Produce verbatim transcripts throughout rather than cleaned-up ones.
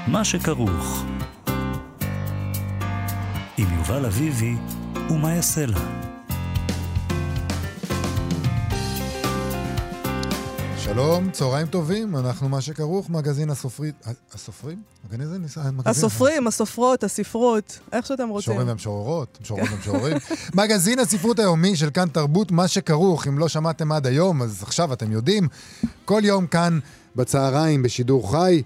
מה שכרוך. עם יובל אביבי ומה יעשה לה. שלום, צהריים טובים, אנחנו מה שכרוך, מגזין הסופרית, הסופרים? מגזין הסופרים, הסופרות, הספרות, איך שאתם רוצים. משוררים ומשוררות, משוררות ומשוררים. מגזין הספרות היומי של כאן תרבות, מה שכרוך, אם לא שמעתם עד היום, אז עכשיו אתם יודעים, כל יום כאן בצהריים בשידור חי,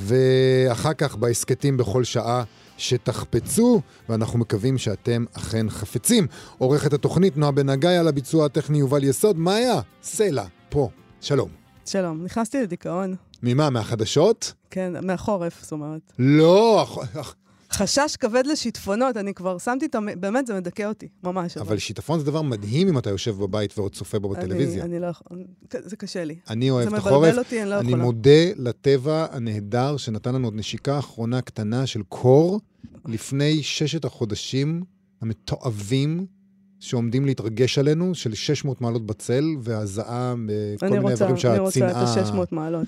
ואחר כך בהסקטים בכל שעה שתחפצו, ואנחנו מקווים שאתם אכן חפצים. עורכת התוכנית נועה בן הגיא, על הביצוע הטכני יובל יסוד, מאיה, סלע, פה, שלום. שלום, נכנסתי לדיכאון. ממה? מהחדשות? כן, מהחורף, זאת אומרת. לא, חשש כבד לשיטפונות, אני כבר שמתי את... באמת, זה מדכא אותי, ממש. אבל שיטפון זה דבר מדהים אם אתה יושב בבית ועוד צופה בו בטלוויזיה. אני לא יכול... זה קשה לי. אני אוהב את החורף. זה מבלבל אותי, אני לא יכולה. אני מודה לטבע הנהדר שנתן לנו עוד נשיקה האחרונה קטנה של קור, לפני ששת החודשים המתועבים, שעומדים להתרגש עלינו, של שש מאות מעלות בצל, והזעה בכל מיני דברים שהצנעה... אני רוצה את ה-שש מאות מעלות.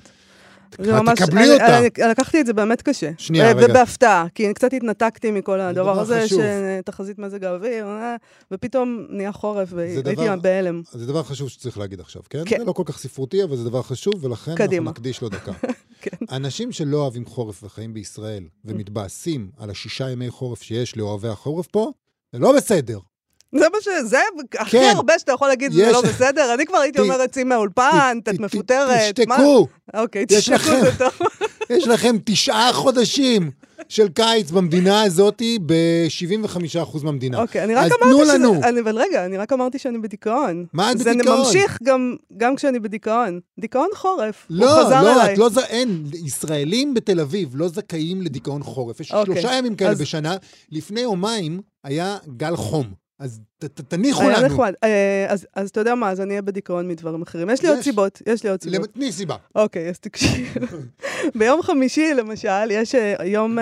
תקבלי אותה. לקחתי את זה באמת קשה. שנייה, רגע. ובהפתעה, כי קצת התנתקתי מכל הדבר הזה, שתחזית מזג האוויר, ופתאום נהיה חורף, והייתי בהלם. זה דבר חשוב שצריך להגיד עכשיו, כן? זה לא כל כך ספרותי, אבל זה דבר חשוב, ולכן אנחנו נקדיש לו דקה. אנשים שלא אוהבים חורף וחיים בישראל, ומתבאסים על השישה ימי חורף שיש לאוהבי החורף פה, זה לא בסדר. זה מה ש... זה הכי הרבה שאתה יכול להגיד, זה לא בסדר. אני כבר הייתי אומרת, צי מהאולפן, את מפוטרת. תשתקו. אוקיי, תשתקו זה טוב. יש לכם תשעה חודשים של קיץ במדינה הזאת, ב-שבעים וחמישה אחוז מהמדינה. אוקיי, אני רק אמרתי שזה... אבל רגע, אני רק אמרתי שאני בדיכאון. מה את בדיכאון? זה ממשיך גם כשאני בדיכאון. דיכאון חורף. הוא חזר אליי. לא, לא, אין. ישראלים בתל אביב לא זכאים לדיכאון חורף. יש שלושה ימים כאלה בשנה. לפני יומיים היה גל חום. אז תניחו לנו. אז אתה יודע מה, אז אני אהיה בדיכאון מדברים אחרים. יש לי עוד סיבות, יש לי עוד סיבות. תני סיבה. אוקיי, אז תקשיב. ביום חמישי, למשל, יש יום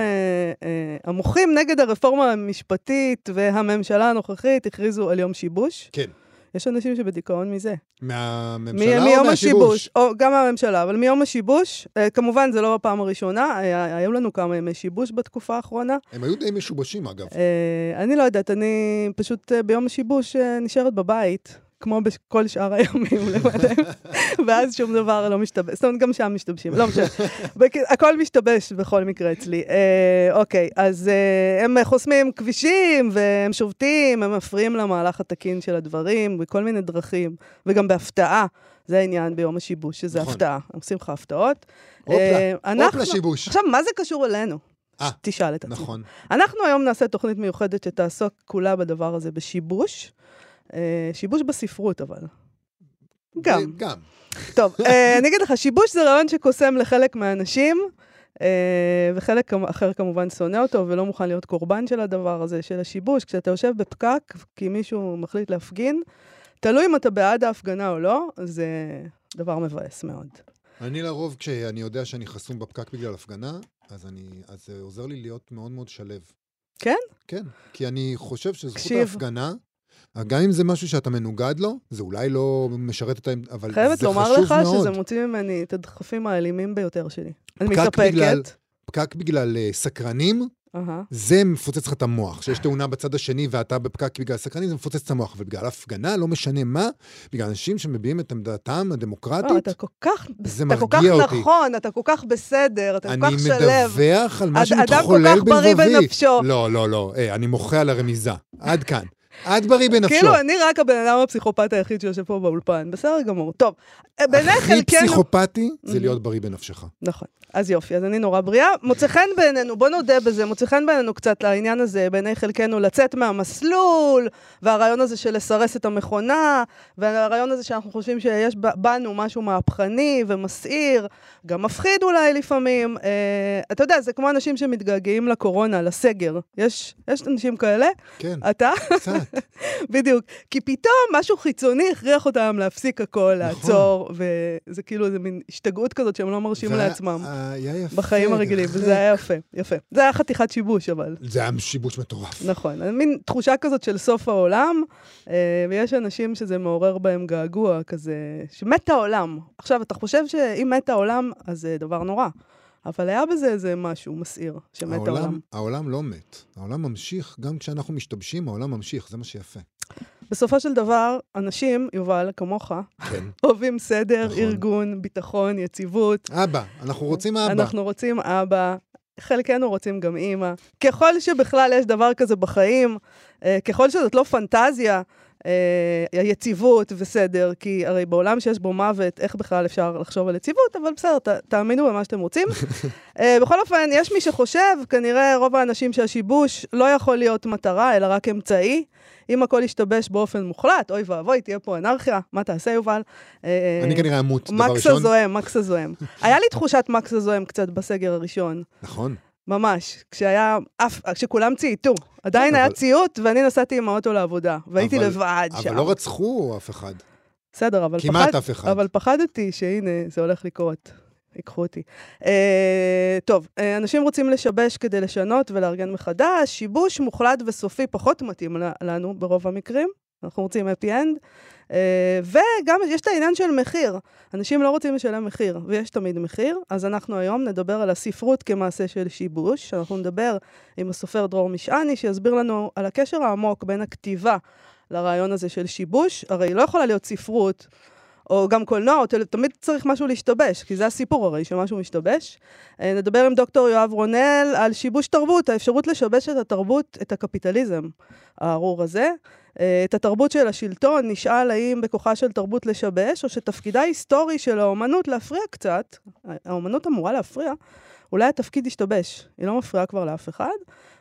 המוחים נגד הרפורמה המשפטית והממשלה הנוכחית הכריזו על יום שיבוש. כן. יש אנשים שבדיכאון מזה. מהממשלה מ- או מהשיבוש? או גם מהממשלה, אבל מיום השיבוש, כמובן זה לא בפעם הראשונה, היו לנו כמה ימי שיבוש בתקופה האחרונה. הם היו די משובשים אגב. אני לא יודעת, אני פשוט ביום השיבוש נשארת בבית, כמו בכל שאר הימים למעלה, ואז שום דבר לא משתבש. זאת אומרת, גם שם משתבשים, לא משנה. הכל משתבש בכל מקרה אצלי. אוקיי, אז הם חוסמים כבישים, והם שובתים, הם מפריעים למהלך התקין של הדברים, בכל מיני דרכים, וגם בהפתעה. זה העניין ביום השיבוש, שזה הפתעה. הם עושים לך הפתעות. אופלה שיבוש. עכשיו, מה זה קשור אלינו? תשאל את עצמך. נכון. אנחנו היום נעשה תוכנית מיוחדת שתעסוק כולה בדבר הזה בשיבוש. שיבוש בספרות, אבל. גם. גם. טוב, אני אגיד לך, שיבוש זה רעיון שקוסם לחלק מהאנשים, וחלק אחר כמובן שונא אותו, ולא מוכן להיות קורבן של הדבר הזה, של השיבוש. כשאתה יושב בפקק, כי מישהו מחליט להפגין, תלוי אם אתה בעד ההפגנה או לא, זה דבר מבאס מאוד. אני לרוב, כשאני יודע שאני חסום בפקק בגלל הפגנה, אז זה עוזר לי להיות מאוד מאוד שלב. כן? כן, כי אני חושב שזכות ההפגנה, גם אם זה משהו שאתה מנוגד לו, זה אולי לא משרת את העם, אבל זה חשוב מאוד. חייבת לומר לך שזה מוציא ממני את הדחפים האלימים ביותר שלי. אני מתאפקת. פקק בגלל סקרנים, זה מפוצץ לך את המוח. שיש תאונה בצד השני ואתה בפקק בגלל סקרנים, זה מפוצץ את המוח. אבל בגלל הפגנה, לא משנה מה, בגלל אנשים שמביעים את עמדתם הדמוקרטית, זה מרגיע אותי. אתה כל כך נכון, אתה כל כך בסדר, אתה כל כך שלב. אני מדווח על מה שמתחולל בלבבי. לא, לא, לא. אני מוחה על הרמיזה. עד כאן. עד בריא בנפשו. כאילו, אני רק הבן אדם הפסיכופת היחיד שיושב פה באולפן. בסדר גמור. טוב, הכי פסיכופתי זה להיות בריא בנפשך. נכון. אז יופי, אז אני נורא בריאה. מוצא חן בעינינו, בוא נודה בזה, מוצא חן בעינינו קצת לעניין הזה, בעיני חלקנו לצאת מהמסלול, והרעיון הזה של לסרס את המכונה, והרעיון הזה שאנחנו חושבים שיש בנו משהו מהפכני ומסעיר, גם מפחיד אולי לפעמים. אה, אתה יודע, זה כמו אנשים שמתגעגעים לקורונה, לסגר. יש, יש אנשים כאלה? כן. אתה? קצת. בדיוק. כי פתאום משהו חיצוני הכריח אותם להפסיק הכל, לעצור, וזה כאילו איזה מין השתגעות כזאת שהם לא מרשים לעצמם. בחיים הרגילים, וזה היה יפה, יפה. זה היה חתיכת שיבוש, אבל. זה היה שיבוש מטורף. נכון, מין תחושה כזאת של סוף העולם, ויש אנשים שזה מעורר בהם געגוע, כזה, שמת העולם. עכשיו, אתה חושב שאם מת העולם, אז זה דבר נורא. אבל היה בזה איזה משהו מסעיר, שמת העולם. העולם, העולם לא מת. העולם ממשיך, גם כשאנחנו משתבשים, העולם ממשיך, זה מה שיפה. בסופו של דבר, אנשים, יובל, כמוך, כן. אוהבים סדר, נכון. ארגון, ביטחון, יציבות. אבא, אנחנו רוצים אבא. אנחנו רוצים אבא, חלקנו רוצים גם אימא. ככל שבכלל יש דבר כזה בחיים, אה, ככל שזאת לא פנטזיה, אה, יציבות וסדר, כי הרי בעולם שיש בו מוות, איך בכלל אפשר לחשוב על יציבות, אבל בסדר, ת, תאמינו במה שאתם רוצים. אה, בכל אופן, יש מי שחושב, כנראה רוב האנשים שהשיבוש לא יכול להיות מטרה, אלא רק אמצעי. אם הכל ישתבש באופן מוחלט, אוי ואבוי, תהיה פה אנרכיה, מה תעשה יובל? אני כנראה אמות, דבר ראשון. מקס הזוהם, מקס הזוהם. היה לי תחושת מקס הזוהם קצת בסגר הראשון. נכון. ממש, כשהיה, כשכולם צייתו. עדיין היה ציות, ואני נסעתי עם האוטו לעבודה, והייתי לבד שם. אבל לא רצחו אף אחד. בסדר, אבל כמעט אף אחד. אבל פחדתי שהנה, זה הולך לקרות. ייקחו אותי. אה, טוב, אה, אנשים רוצים לשבש כדי לשנות ולארגן מחדש. שיבוש מוחלט וסופי פחות מתאים לנו ברוב המקרים. אנחנו רוצים happy end. אה, וגם יש את העניין של מחיר. אנשים לא רוצים לשלם מחיר, ויש תמיד מחיר. אז אנחנו היום נדבר על הספרות כמעשה של שיבוש. אנחנו נדבר עם הסופר דרור משעני, שיסביר לנו על הקשר העמוק בין הכתיבה לרעיון הזה של שיבוש. הרי לא יכולה להיות ספרות, או גם קולנוע, תמיד צריך משהו להשתבש, כי זה הסיפור הרי שמשהו משתבש. נדבר עם דוקטור יואב רונל על שיבוש תרבות, האפשרות לשבש את התרבות, את הקפיטליזם הארור הזה. את התרבות של השלטון, נשאל האם בכוחה של תרבות לשבש, או שתפקידה היסטורי של האומנות להפריע קצת, האומנות אמורה להפריע, אולי התפקיד ישתבש, היא לא מפריעה כבר לאף אחד.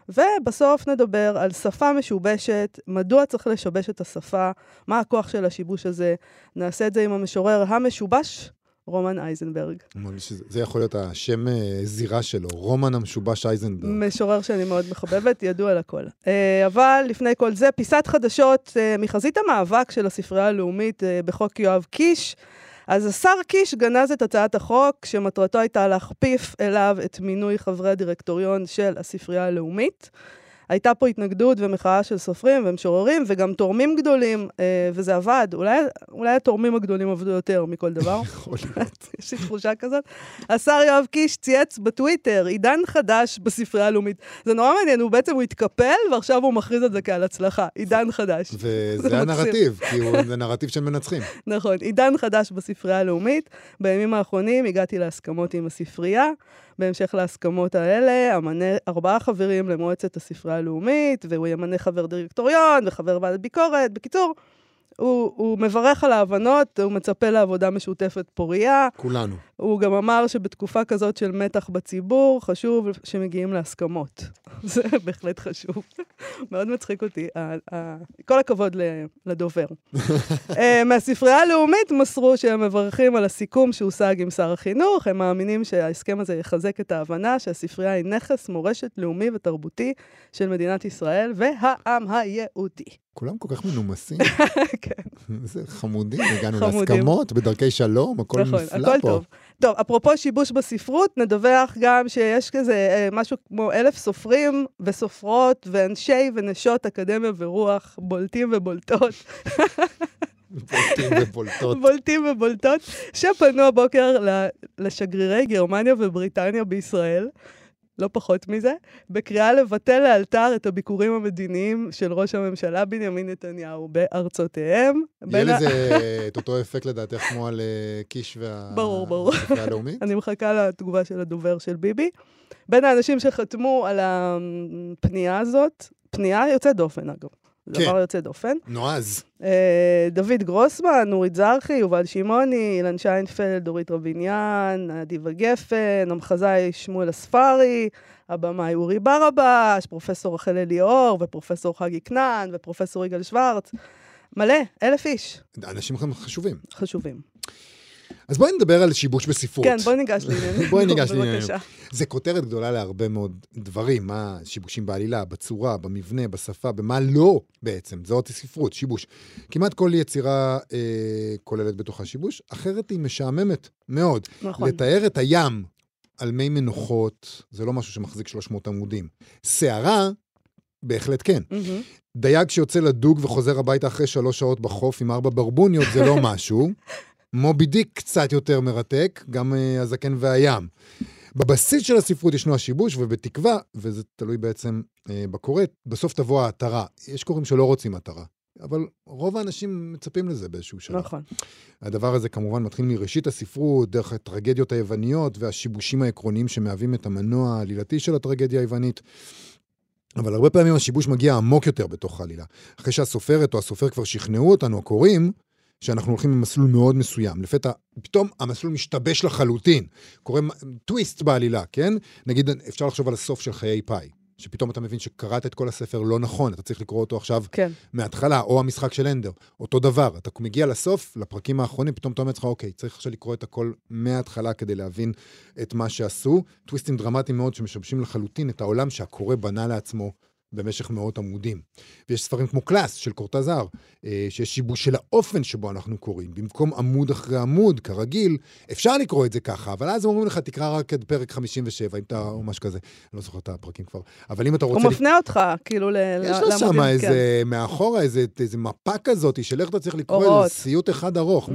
ובסוף נדבר על שפה משובשת, מדוע צריך לשבש את השפה, מה הכוח של השיבוש הזה. נעשה את זה עם המשורר המשובש, רומן אייזנברג. זה יכול להיות השם זירה שלו, רומן המשובש אייזנברג. משורר שאני מאוד מחבבת, ידוע לכל. אבל לפני כל זה, פיסת חדשות מחזית המאבק של הספרייה הלאומית בחוק יואב קיש. אז השר קיש גנז את הצעת החוק, שמטרתו הייתה להכפיף אליו את מינוי חברי הדירקטוריון של הספרייה הלאומית. הייתה פה התנגדות ומחאה של סופרים ומשוררים, וגם תורמים גדולים, וזה עבד. אולי, אולי התורמים הגדולים עבדו יותר מכל דבר. יש לי תחושה כזאת. השר יואב קיש צייץ בטוויטר, עידן חדש בספרייה הלאומית. זה נורא מעניין, הוא בעצם הוא התקפל, ועכשיו הוא מכריז את זה כעל הצלחה. עידן חדש. וזה הנרטיב, כי זה נרטיב של מנצחים. נכון, עידן חדש בספרייה הלאומית. בימים האחרונים הגעתי להסכמות עם הספרייה. בהמשך להסכמות האלה, אמנה ארבעה חברים למועצת הספרייה הלאומית, והוא ימנה חבר דירקטוריון וחבר ועדת ביקורת. בקיצור, הוא, הוא מברך על ההבנות, הוא מצפה לעבודה משותפת פוריה. כולנו. הוא גם אמר שבתקופה כזאת של מתח בציבור, חשוב שמגיעים להסכמות. זה בהחלט חשוב. מאוד מצחיק אותי. כל הכבוד לדובר. מהספרייה הלאומית מסרו שהם מברכים על הסיכום שהושג עם שר החינוך. הם מאמינים שההסכם הזה יחזק את ההבנה שהספרייה היא נכס מורשת לאומי ותרבותי של מדינת ישראל והעם היהודי. כולם כל כך מנומסים. כן. זה חמודים, הגענו להסכמות, בדרכי שלום, הכל נפלא פה. הכל טוב. טוב, אפרופו שיבוש בספרות, נדווח גם שיש כזה משהו כמו אלף סופרים וסופרות ואנשי ונשות אקדמיה ורוח, בולטים ובולטות. בולטים ובולטות. בולטים ובולטות, שפנו הבוקר לשגרירי גרמניה ובריטניה בישראל, לא פחות מזה, בקריאה לבטל לאלתר את הביקורים המדיניים של ראש הממשלה בנימין נתניהו בארצותיהם. יהיה לזה את אותו אפקט לדעתך כמו על קיש והספרייה הלאומית? אני מחכה לתגובה של הדובר של ביבי. בין האנשים שחתמו על הפנייה הזאת, פנייה יוצאת דופן אגב. דבר יוצא דופן. נועז. דוד גרוסמן, נורית זרחי, יובל שמעוני, אילן שיינפלד, דורית רביניאן, אדיבה גפן, המחזאי שמואל אספרי, הבמאי אורי ברבש, פרופסור רחל אליאור, ופרופסור חגי כנען, ופרופסור יגאל שוורץ. מלא, אלף איש. אנשים חשובים. חשובים. אז בואי נדבר על שיבוש בספרות. כן, בואי ניגש לעניינים. בואי ניגש לעניינים. זה כותרת גדולה להרבה מאוד דברים, מה שיבושים בעלילה, בצורה, במבנה, בשפה, במה לא בעצם. זה עוד ספרות, שיבוש. כמעט כל יצירה אה, כוללת בתוכה שיבוש, אחרת היא משעממת מאוד. נכון. לתאר את הים על מי מנוחות, זה לא משהו שמחזיק שלוש מאות עמודים. שערה, בהחלט כן. Mm-hmm. דייג שיוצא לדוג וחוזר הביתה אחרי שלוש שעות בחוף עם ארבע ברבוניות, זה לא משהו. מובי דיק קצת יותר מרתק, גם uh, הזקן והים. בבסיס של הספרות ישנו השיבוש, ובתקווה, וזה תלוי בעצם אה, בקורא, בסוף תבוא ההתרה. יש קוראים שלא רוצים התרה, אבל רוב האנשים מצפים לזה באיזשהו שלב. נכון. הדבר הזה כמובן מתחיל מראשית הספרות, דרך הטרגדיות היווניות, והשיבושים העקרוניים שמהווים את המנוע העלילתי של הטרגדיה היוונית. אבל הרבה פעמים השיבוש מגיע עמוק יותר בתוך העלילה. אחרי שהסופרת או הסופר כבר שכנעו אותנו, הקוראים, שאנחנו הולכים במסלול מאוד מסוים. לפתע, פתאום המסלול משתבש לחלוטין. קורה טוויסט בעלילה, כן? נגיד, אפשר לחשוב על הסוף של חיי פאי, שפתאום אתה מבין שקראת את כל הספר לא נכון, אתה צריך לקרוא אותו עכשיו כן. מההתחלה, או המשחק של אנדר. אותו דבר, אתה מגיע לסוף, לפרקים האחרונים, פתאום אתה אומר לך, אוקיי, צריך עכשיו לקרוא את הכל מההתחלה כדי להבין את מה שעשו. טוויסטים דרמטיים מאוד שמשבשים לחלוטין את העולם שהקורא בנה לעצמו במשך מאות עמודים. ויש ספרים כמו קלאס של קורטזר, שיש שיבוש של האופן שבו אנחנו קוראים. במקום עמוד אחרי עמוד, כרגיל, אפשר לקרוא את זה ככה, אבל אז אומרים לך, תקרא רק את פרק חמישים ושבע, אם אתה, או משהו כזה. אני לא זוכר את הפרקים כבר. אבל אם אתה רוצה... הוא מפנה אותך, כאילו, לעמודים. יש לו שם איזה, מאחורה, איזה מפה כזאת, של איך אתה צריך לקרוא איזה סיוט אחד ארוך.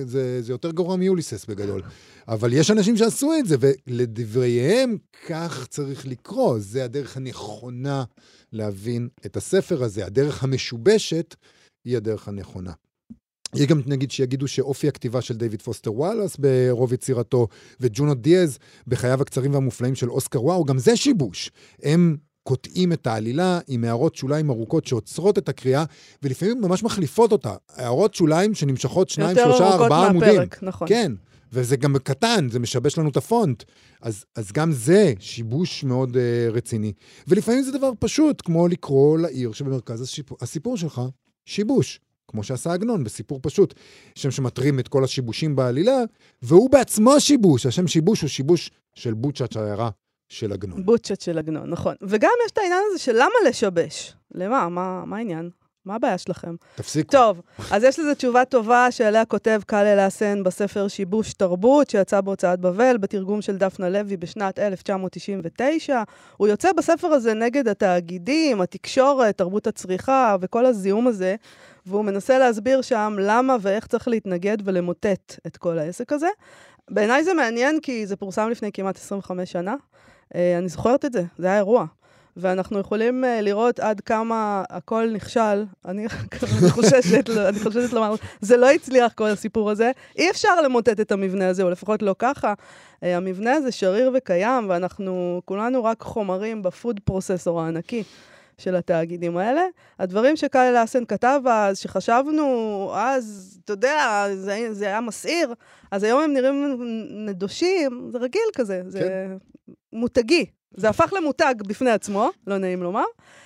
זה יותר גרוע מיוליסס בגדול. אבל יש אנשים שעשו את זה, ולדבריהם כך צריך לקרוא. זה הדרך הנכונה להבין את הספר הזה. הדרך המשובשת היא הדרך הנכונה. יש גם נגיד שיגידו שאופי הכתיבה של דיוויד פוסטר וואלאס ברוב יצירתו, וג'ונו דיאז בחייו הקצרים והמופלאים של אוסקר וואו, גם זה שיבוש. הם קוטעים את העלילה עם הערות שוליים ארוכות שעוצרות את הקריאה, ולפעמים ממש מחליפות אותה. הערות שוליים שנמשכות שניים, שלושה, ארבעה עמודים. נכון. כן. וזה גם קטן, זה משבש לנו את הפונט. אז, אז גם זה שיבוש מאוד uh, רציני. ולפעמים זה דבר פשוט, כמו לקרוא לעיר שבמרכז הסיפור, הסיפור שלך, שיבוש. כמו שעשה עגנון בסיפור פשוט. שם שמטרים את כל השיבושים בעלילה, והוא בעצמו שיבוש. השם שיבוש הוא שיבוש של בוצ'ת העיירה של עגנון. בוצ'ת של עגנון, נכון. וגם יש את העניין הזה של למה לשבש? למה? מה, מה העניין? מה הבעיה שלכם? תפסיקו. טוב, אז יש לזה תשובה טובה שעליה כותב קאל אלאסן בספר שיבוש תרבות, שיצא בהוצאת בבל, בתרגום של דפנה לוי בשנת אלף תשע מאות תשעים ותשע. הוא יוצא בספר הזה נגד התאגידים, התקשורת, תרבות הצריכה וכל הזיהום הזה, והוא מנסה להסביר שם למה ואיך צריך להתנגד ולמוטט את כל העסק הזה. בעיניי זה מעניין כי זה פורסם לפני כמעט עשרים וחמש שנה. אני זוכרת את זה, זה היה אירוע. ואנחנו יכולים uh, לראות עד כמה הכל נכשל. אני, אני חוששת, אני חוששת לומר, זה לא הצליח כל הסיפור הזה. אי אפשר למוטט את המבנה הזה, או לפחות לא ככה. Uh, המבנה הזה שריר וקיים, ואנחנו כולנו רק חומרים בפוד פרוססור הענקי של התאגידים האלה. הדברים שקאל אלאסן כתב אז, שחשבנו אז, אתה יודע, זה, זה היה מסעיר, אז היום הם נראים נדושים, זה רגיל כזה, זה כן. מותגי. זה הפך למותג בפני עצמו, לא נעים לומר.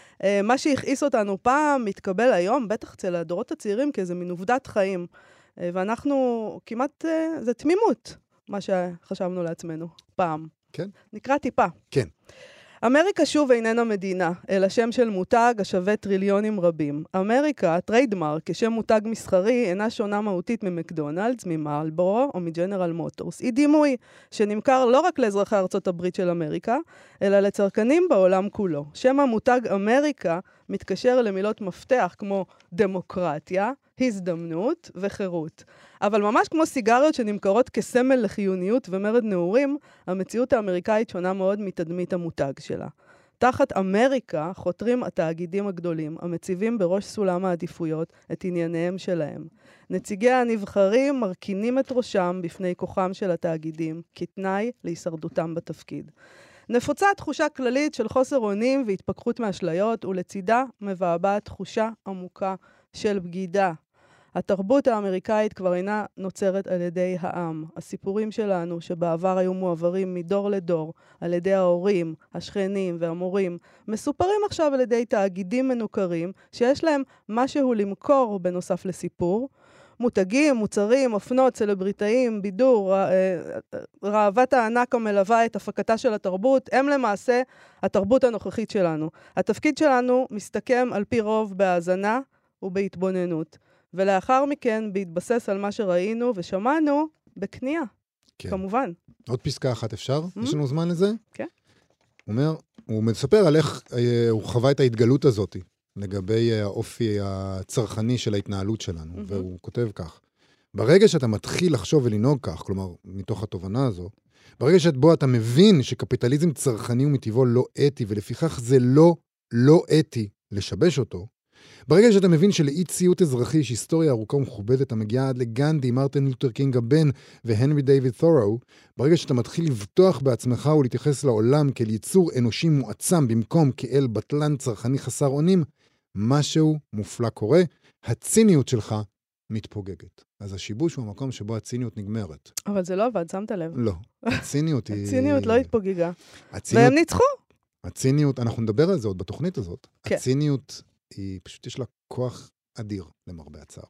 מה שהכעיס אותנו פעם, מתקבל היום, בטח אצל הדורות הצעירים, כאיזה מין עובדת חיים. ואנחנו כמעט, זה תמימות, מה שחשבנו לעצמנו פעם. כן. נקרא טיפה. כן. אמריקה שוב איננה מדינה, אלא שם של מותג השווה טריליונים רבים. אמריקה, טריידמרק, כשם מותג מסחרי, אינה שונה מהותית ממקדונלדס, ממלבורו או מג'נרל מוטורס. היא דימוי שנמכר לא רק לאזרחי ארצות הברית של אמריקה, אלא לצרכנים בעולם כולו. שם המותג אמריקה מתקשר למילות מפתח כמו דמוקרטיה, הזדמנות וחירות. אבל ממש כמו סיגריות שנמכרות כסמל לחיוניות ומרד נעורים, המציאות האמריקאית שונה מאוד מתדמית המותג שלה. תחת אמריקה חותרים התאגידים הגדולים, המציבים בראש סולם העדיפויות את ענייניהם שלהם. נציגי הנבחרים מרכינים את ראשם בפני כוחם של התאגידים, כתנאי להישרדותם בתפקיד. נפוצה תחושה כללית של חוסר אונים והתפכחות מאשליות, ולצידה מבעבעת תחושה עמוקה של בגידה. התרבות האמריקאית כבר אינה נוצרת על ידי העם. הסיפורים שלנו שבעבר היו מועברים מדור לדור על ידי ההורים, השכנים והמורים, מסופרים עכשיו על ידי תאגידים מנוכרים שיש להם משהו למכור בנוסף לסיפור. מותגים, מוצרים, אופנות, סלבריטאים, בידור, ראוות הענק המלווה את הפקתה של התרבות, הם למעשה התרבות הנוכחית שלנו. התפקיד שלנו מסתכם על פי רוב בהאזנה ובהתבוננות. ולאחר מכן, בהתבסס על מה שראינו ושמענו, בקנייה, כן. כמובן. עוד פסקה אחת אפשר? Mm-hmm. יש לנו זמן לזה? כן. הוא אומר, הוא מספר על איך אה, הוא חווה את ההתגלות הזאת, לגבי האופי הצרכני של ההתנהלות שלנו, mm-hmm. והוא כותב כך, ברגע שאתה מתחיל לחשוב ולנהוג כך, כלומר, מתוך התובנה הזו, ברגע שבו אתה מבין שקפיטליזם צרכני ומטבעו לא אתי, ולפיכך זה לא, לא אתי לשבש אותו, ברגע שאתה מבין שלאי ציות אזרחי יש היסטוריה ארוכה ומכובדת המגיעה עד לגנדי, מרטין לותר קינג הבן והנרי דיוויד תורו, ברגע שאתה מתחיל לבטוח בעצמך ולהתייחס לעולם כאל יצור אנושי מועצם במקום כאל בטלן צרכני חסר אונים, משהו מופלא קורה, הציניות שלך מתפוגגת. אז השיבוש הוא המקום שבו הציניות נגמרת. אבל זה לא עבד, שמת לב. לא, הציניות היא... הציניות לא התפוגגה. הציניות... והם ניצחו. הציניות, אנחנו נדבר על זה עוד בתוכנית הזאת. כן. הציניות היא, פשוט יש לה כוח אדיר למרבה הצער.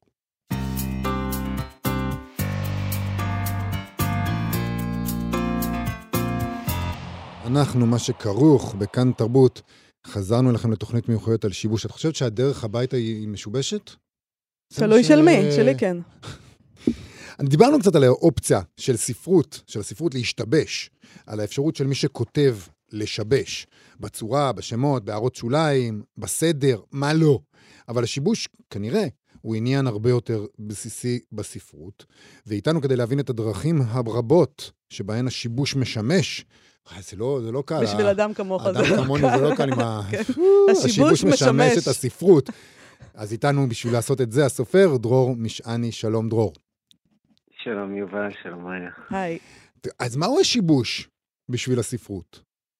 אנחנו, מה שכרוך בכאן תרבות, חזרנו אליכם לתוכנית מיוחדת על שיבוש. את חושבת שהדרך הביתה היא משובשת? תלוי של מי, שלי כן. דיברנו קצת על האופציה של ספרות, של הספרות להשתבש, על האפשרות של מי שכותב לשבש, בצורה, בשמות, בהערות שוליים, בסדר, מה לא. אבל השיבוש, כנראה, הוא עניין הרבה יותר בסיסי בספרות, ואיתנו כדי להבין את הדרכים הרבות שבהן השיבוש משמש, זה לא, זה לא קל. בשביל אדם כמוך זה לא קל. אדם כמונו זה לא קל עם ה... השיבוש משמש את הספרות. אז איתנו בשביל לעשות את זה, הסופר דרור משעני, שלום דרור. שלום יובל, שלום מאיה. היי. אז מהו השיבוש בשביל הספרות?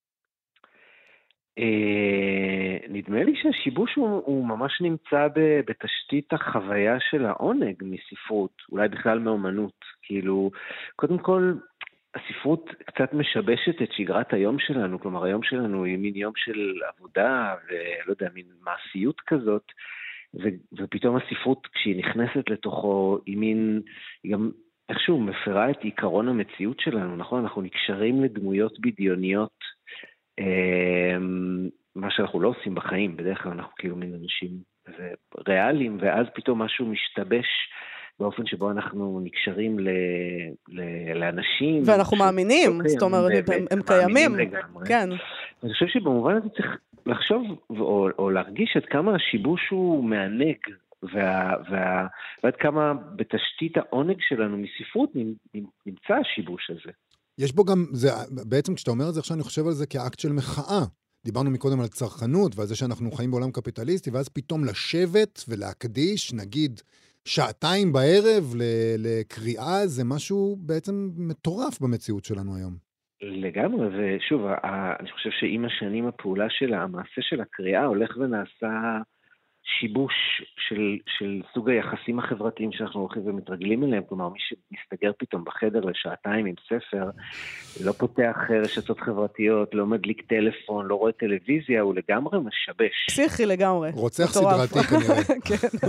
נדמה לי שהשיבוש הוא ממש נמצא בתשתית החוויה של העונג מספרות, אולי בכלל מאומנות. כאילו, קודם כל, הספרות קצת משבשת את שגרת היום שלנו, כלומר היום שלנו היא מין יום של עבודה ולא יודע, מין מעשיות כזאת, ו- ופתאום הספרות כשהיא נכנסת לתוכו היא מין, היא גם איכשהו מפרה את עיקרון המציאות שלנו, נכון? אנחנו נקשרים לדמויות בדיוניות, מה שאנחנו לא עושים בחיים, בדרך כלל אנחנו כאילו מין אנשים ריאליים, ואז פתאום משהו משתבש באופן שבו אנחנו נקשרים ל, ל, לאנשים. ואנחנו מאמינים, זאת אומרת, הם, הם קיימים. כן. אני חושב שבמובן הזה צריך לחשוב או, או להרגיש עד כמה השיבוש הוא מענג, וה, וה, ועד כמה בתשתית העונג שלנו מספרות נמצא השיבוש הזה. יש בו גם, זה, בעצם כשאתה אומר את זה עכשיו, אני חושב על זה כאקט של מחאה. דיברנו מקודם על צרכנות, ועל זה שאנחנו חיים בעולם קפיטליסטי, ואז פתאום לשבת ולהקדיש, נגיד, שעתיים בערב לקריאה, זה משהו בעצם מטורף במציאות שלנו היום. לגמרי, ושוב, אני חושב שעם השנים הפעולה שלה, המעשה של הקריאה הולך ונעשה שיבוש של, של סוג היחסים החברתיים שאנחנו הולכים ומתרגלים אליהם, כלומר מי שמסתגר פתאום בחדר לשעתיים עם ספר, לא פותח רשתות חברתיות, לא מדליק טלפון, לא רואה טלוויזיה, הוא לגמרי משבש. פסיכי לגמרי. רוצח סדרתי כנראה. כן.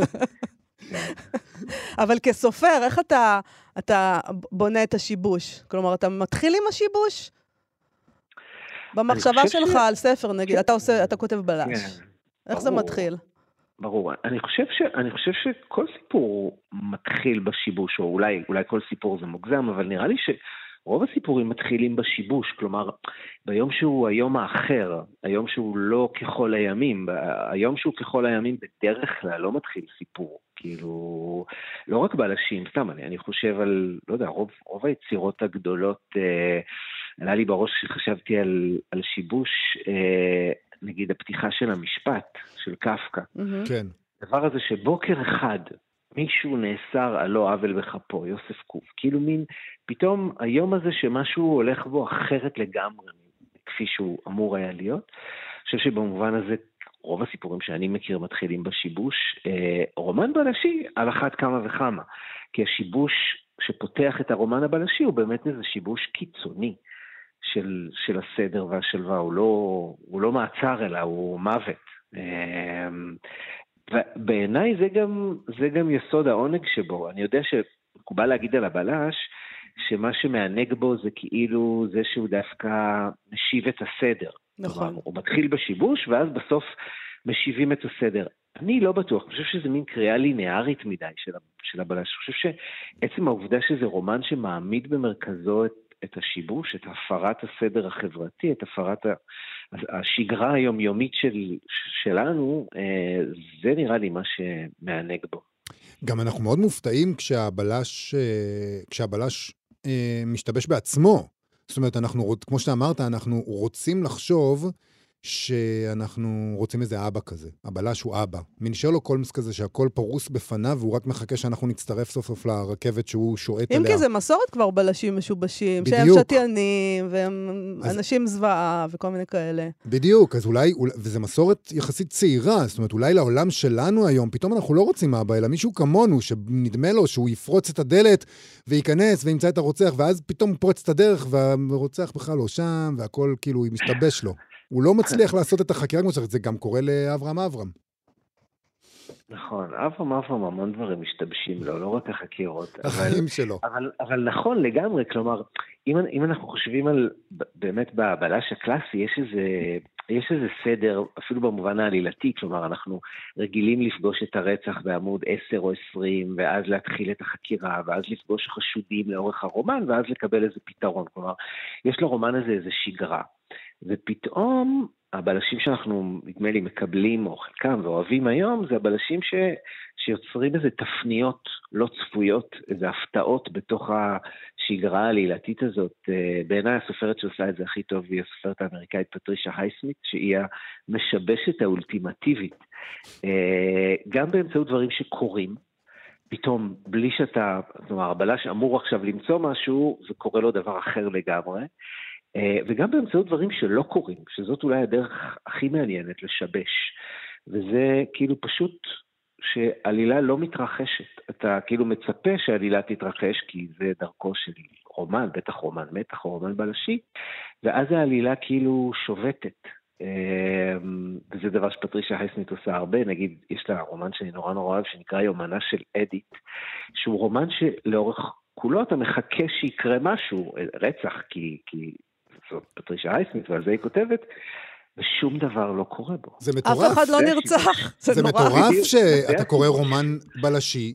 אבל כסופר, איך אתה, אתה בונה את השיבוש? כלומר, אתה מתחיל עם השיבוש? במחשבה שלך ש... על ספר, נגיד, אתה עושה, אתה כותב בלש. כן. איך ברור. זה מתחיל? ברור. אני חושב ש, אני חושב שכל סיפור מתחיל בשיבוש, או אולי, אולי כל סיפור זה מוגזם, אבל נראה לי שרוב הסיפורים מתחילים בשיבוש, כלומר, ביום שהוא היום האחר, היום שהוא לא ככל הימים, היום שהוא ככל הימים בדרך כלל לא מתחיל סיפור, כאילו, לא רק בלשים, סתם, אני, אני חושב על, לא יודע, רוב, רוב היצירות הגדולות, אה, עלה לי בראש שחשבתי על, על שיבוש, אה, נגיד הפתיחה של המשפט, של קפקא. כן. הדבר הזה שבוקר אחד, מישהו נאסר על לא עוול בכפו, יוסף קוף, כאילו מין, פתאום היום הזה שמשהו הולך בו אחרת לגמרי, כפי שהוא אמור היה להיות. אני חושב שבמובן הזה, רוב הסיפורים שאני מכיר מתחילים בשיבוש, אה, רומן בלשי על אחת כמה וכמה, כי השיבוש שפותח את הרומן הבלשי הוא באמת איזה שיבוש קיצוני, של, של הסדר והשלווה, הוא לא, הוא לא מעצר אלא, הוא מוות. ובעיניי זה גם, זה גם יסוד העונג שבו. אני יודע שמקובל להגיד על הבלש, שמה שמענג בו זה כאילו זה שהוא דווקא משיב את הסדר. נכון. הוא מתחיל בשיבוש, ואז בסוף משיבים את הסדר. אני לא בטוח, אני חושב שזה מין קריאה לינארית מדי של, של הבלש. אני חושב שעצם העובדה שזה רומן שמעמיד במרכזו את את השיבוש, את הפרת הסדר החברתי, את הפרת השגרה היומיומית של, שלנו, זה נראה לי מה שמענג בו. גם אנחנו מאוד מופתעים כשהבלש, כשהבלש אה, משתבש בעצמו. זאת אומרת, אנחנו, כמו שאתה אמרת, אנחנו רוצים לחשוב שאנחנו רוצים איזה אבא כזה. הבלש הוא אבא. מין שרלוק הולמס כזה שהכל פרוס בפניו, והוא רק מחכה שאנחנו נצטרף סוף סוף לרכבת שהוא שועט אליה. אם כי זה מסורת כבר בלשים משובשים, בדיוק. שהם שתיינים, והם אז... אנשים זוועה וכל מיני כאלה. בדיוק, אז אולי, וזה מסורת יחסית צעירה, זאת אומרת, אולי לעולם שלנו היום, פתאום אנחנו לא רוצים אבא, אלא מישהו כמונו, שנדמה לו שהוא יפרוץ את הדלת, וייכנס וימצא את הרוצח, ואז פתאום הוא פורץ את הדרך, והרוצח בכלל לא שם, והכל כאילו משתבש לו. הוא לא מצליח לעשות את החקירה כמו שצריך, זה גם קורה לאברהם אברהם. נכון, אברהם אברהם המון דברים משתבשים לו, לא רק החקירות. החיים אבל, שלו. אבל, אבל נכון לגמרי, כלומר, אם, אם אנחנו חושבים על, באמת בבלש הקלאסי, יש איזה, יש איזה סדר, אפילו במובן העלילתי, כלומר, אנחנו רגילים לפגוש את הרצח בעמוד עשר או עשרים, ואז להתחיל את החקירה, ואז לפגוש חשודים לאורך הרומן, ואז לקבל איזה פתרון. כלומר, יש לרומן הזה איזה שגרה. ופתאום הבלשים שאנחנו, נדמה לי, מקבלים או חלקם ואוהבים היום, זה הבלשים ש, שיוצרים איזה תפניות לא צפויות, איזה הפתעות בתוך השגרה העלילתית הזאת. בעיניי הסופרת שעושה את זה הכי טוב היא הסופרת האמריקאית פטרישה הייסמית, שהיא המשבשת האולטימטיבית, גם באמצעות דברים שקורים, פתאום בלי שאתה, זאת אומרת, הבלש אמור עכשיו למצוא משהו, וקורה לו דבר אחר לגמרי, וגם באמצעות דברים שלא קורים, שזאת אולי הדרך הכי מעניינת לשבש. וזה כאילו פשוט שעלילה לא מתרחשת. אתה כאילו מצפה שעלילה תתרחש, כי זה דרכו של רומן, בטח רומן מתח או רומן בלשי, ואז העלילה כאילו שובטת. וזה דבר שפטרישה הייסמית עושה הרבה. נגיד, יש לה רומן שאני נורא נורא אוהב, שנקרא יומנה של אדית, שהוא רומן שלאורך כולו אתה מחכה שיקרה משהו, רצח, כי... כי זאת פטרישה הייסמית, ועל זה היא כותבת, ושום דבר לא קורה בו. זה מטורף. אף אחד לא נרצח. זה מטורף שאתה קורא רומן בלשי,